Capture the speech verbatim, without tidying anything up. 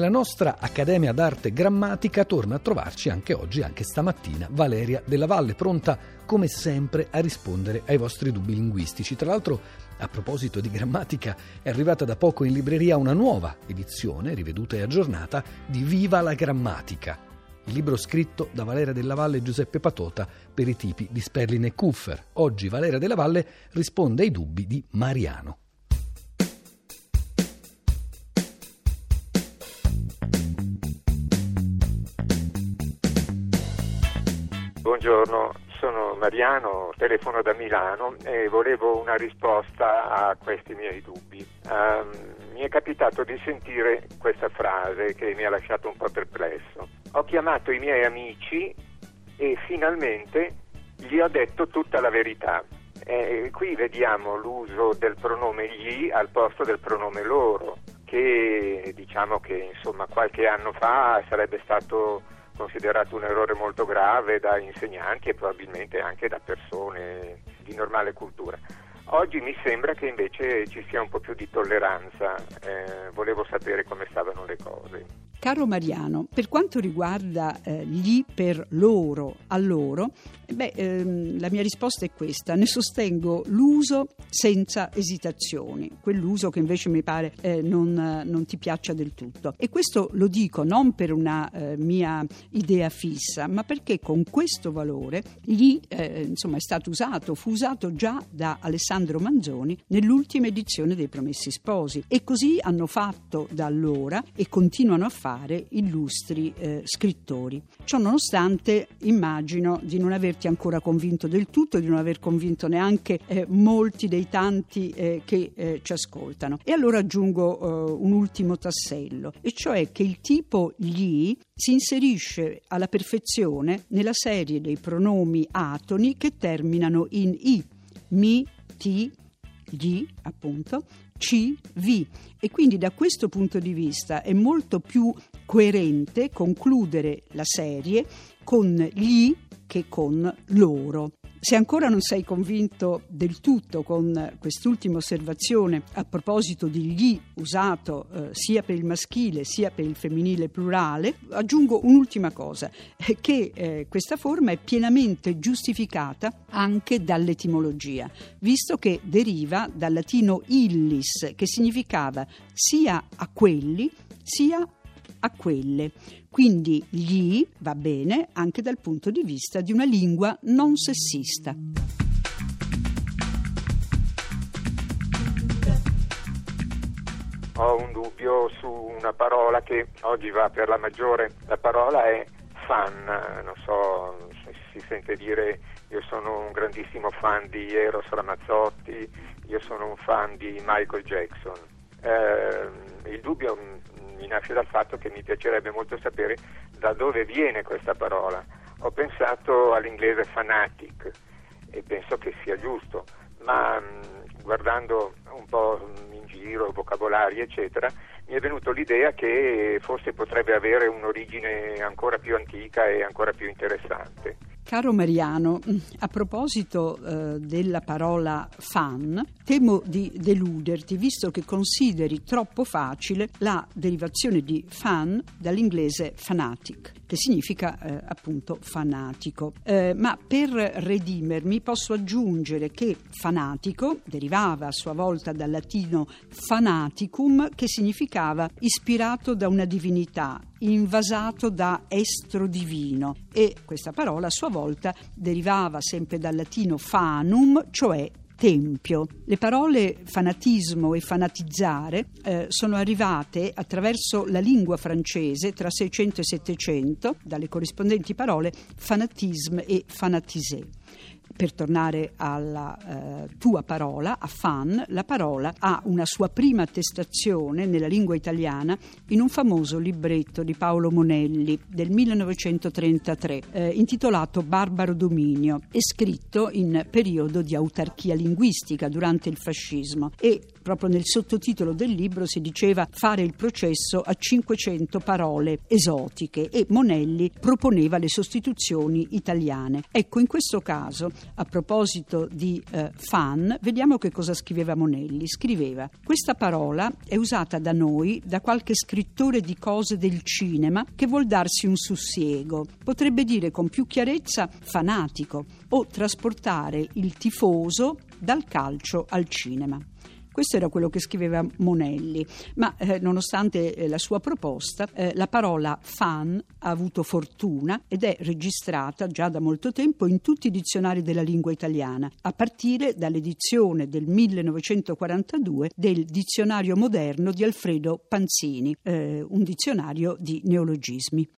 Nella nostra Accademia d'Arte Grammatica torna a trovarci anche oggi, anche stamattina, Valeria Della Valle, pronta come sempre a rispondere ai vostri dubbi linguistici. Tra l'altro, a proposito di grammatica, è arrivata da poco in libreria una nuova edizione, riveduta e aggiornata, di Viva la Grammatica, il libro scritto da Valeria Della Valle e Giuseppe Patota per i tipi di Sperlin e Kuffer. Oggi Valeria Della Valle risponde ai dubbi di Mariano. Buongiorno, sono Mariano, telefono da Milano e volevo una risposta a questi miei dubbi. Um, mi è capitato di sentire questa frase che mi ha lasciato un po' perplesso. Ho chiamato i miei amici e finalmente gli ho detto tutta la verità. E qui vediamo l'uso del pronome gli al posto del pronome loro, che diciamo che insomma qualche anno fa sarebbe stato considerato un errore molto grave da insegnanti e probabilmente anche da persone di normale cultura. Oggi mi sembra che invece ci sia un po' più di tolleranza. Eh, volevo sapere come stavano le cose. Caro Mariano, per quanto riguarda eh, gli per loro, a loro, beh, ehm, la mia risposta è questa: ne sostengo l'uso senza esitazioni, quell'uso che invece mi pare eh, non, non ti piaccia del tutto. E questo lo dico non per una eh, mia idea fissa, ma perché con questo valore gli eh, insomma è stato usato, fu usato già da Alessandro Manzoni nell'ultima edizione dei Promessi Sposi, e così hanno fatto da allora e continuano a fare illustri eh, scrittori. Ciò nonostante, immagino di non averti ancora convinto del tutto, di non aver convinto neanche eh, molti dei tanti eh, che eh, ci ascoltano. E allora aggiungo eh, un ultimo tassello, e cioè che il tipo gli si inserisce alla perfezione nella serie dei pronomi atoni che terminano in i, mi, ti, gli, appunto, ci, vi, e quindi da questo punto di vista è molto più coerente concludere la serie con gli che con loro. Se ancora non sei convinto del tutto con quest'ultima osservazione a proposito di gli usato eh, sia per il maschile sia per il femminile plurale, aggiungo un'ultima cosa, eh, che eh, questa forma è pienamente giustificata anche dall'etimologia, visto che deriva dal latino illis, che significava sia a quelli sia a quelle. Quindi gli va bene anche dal punto di vista di una lingua non sessista. Ho un dubbio su una parola che oggi va per la maggiore. La parola è fan. Non so se si sente dire io sono un grandissimo fan di Eros Ramazzotti, io sono un fan di Michael Jackson. Eh, il dubbio mi nasce dal fatto che mi piacerebbe molto sapere da dove viene questa parola. Ho pensato all'inglese fanatic e penso che sia giusto, ma mh, guardando un po' in giro, vocabolari eccetera, mi è venuto l'idea che forse potrebbe avere un'origine ancora più antica e ancora più interessante. Caro Mariano, a proposito eh, della parola fan, temo di deluderti, visto che consideri troppo facile la derivazione di fan dall'inglese fanatic, che significa eh, appunto fanatico. Eh, ma per redimermi posso aggiungere che fanatico derivava a sua volta dal latino fanaticum, che significava ispirato da una divinità, invasato da estro divino, e questa parola a sua volta derivava sempre dal latino fanum, cioè tempio. Le parole fanatismo e fanatizzare eh, sono arrivate attraverso la lingua francese tra seicento e settecento dalle corrispondenti parole fanatisme e fanatisé. Per tornare alla eh, tua parola, a fan, la parola ha una sua prima attestazione nella lingua italiana in un famoso libretto di Paolo Monelli del millenovecentotrentatré eh, intitolato Barbaro Dominio, e scritto in periodo di autarchia linguistica durante il fascismo, e proprio nel sottotitolo del libro si diceva fare il processo a cinquecento parole esotiche, e Monelli proponeva le sostituzioni italiane. Ecco, in questo caso, a proposito di eh, fan, vediamo che cosa scriveva Monelli. Scriveva: questa parola è usata da noi da qualche scrittore di cose del cinema che vuol darsi un sussiego. Potrebbe dire con più chiarezza fanatico, o trasportare il tifoso dal calcio al cinema. Questo era quello che scriveva Monelli, ma eh, nonostante eh, la sua proposta, eh, la parola fan ha avuto fortuna ed è registrata già da molto tempo in tutti i dizionari della lingua italiana, a partire dall'edizione del millenovecentoquarantadue del Dizionario moderno di Alfredo Panzini, eh, un dizionario di neologismi.